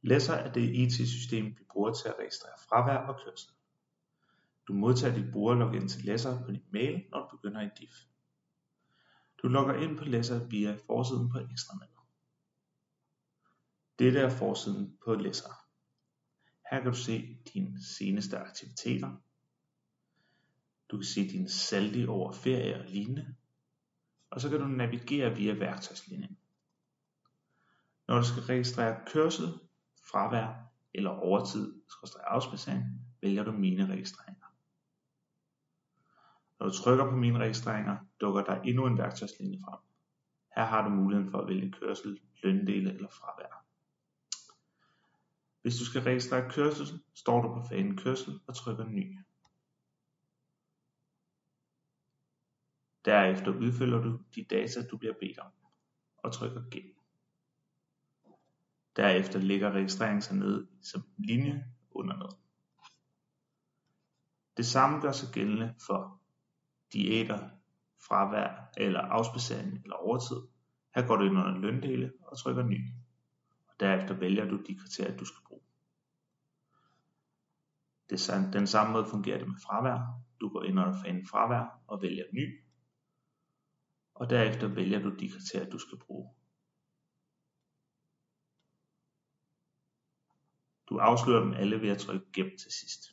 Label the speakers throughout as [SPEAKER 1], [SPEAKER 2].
[SPEAKER 1] Læsser er det IT-system, vi bruger til at registrere fravær og kørsel. Du modtager dit brugerlogin til Læsser på din mail, når du begynder i DIF. Du logger ind på Læsser via forsiden på ekstranet. Dette er forsiden på Læsser. Her kan du se dine seneste aktiviteter. Du kan se din saldi over ferie og lignende. Og så kan du navigere via værktøjslinjen. Når du skal registrere kørsel, fravær eller overtid/afspadsering, vælger du mine registreringer. Når du trykker på mine registreringer, dukker der endnu en værktøjslinje frem. Her har du muligheden for at vælge kørsel, løndele eller fravær. Hvis du skal registrere kørsel, står du på fanen kørsel og trykker ny. Derefter udfylder du de data, du bliver bedt om, og trykker gen. Derefter ligger registreringen sig ned som en linje under ned. Det samme gør sig gældende for diæter, fravær eller afspadsering eller overtid. Her går du ind under løndele og trykker ny. Og derefter vælger du de kriterier, du skal bruge. Den samme måde fungerer det med fravær. Du går ind under fanen fravær og vælger ny. Og derefter vælger du de kriterier, du skal bruge. Du afslutter dem alle ved at trykke gem til sidst.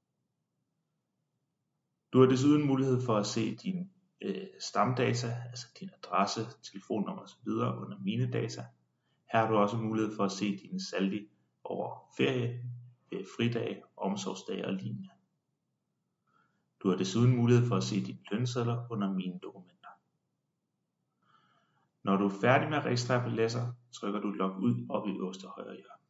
[SPEAKER 1] Du har desuden mulighed for at se dine stamdata, altså din adresse, telefonnummer osv. under mine data. Her har du også mulighed for at se dine saldi over ferie, fridage, omsorgsdage og lignende. Du har desuden mulighed for at se dine lønsedler under mine dokumenter. Når du er færdig med at registrere på Læsser, trykker du log ud oppe i øverste højre hjørne.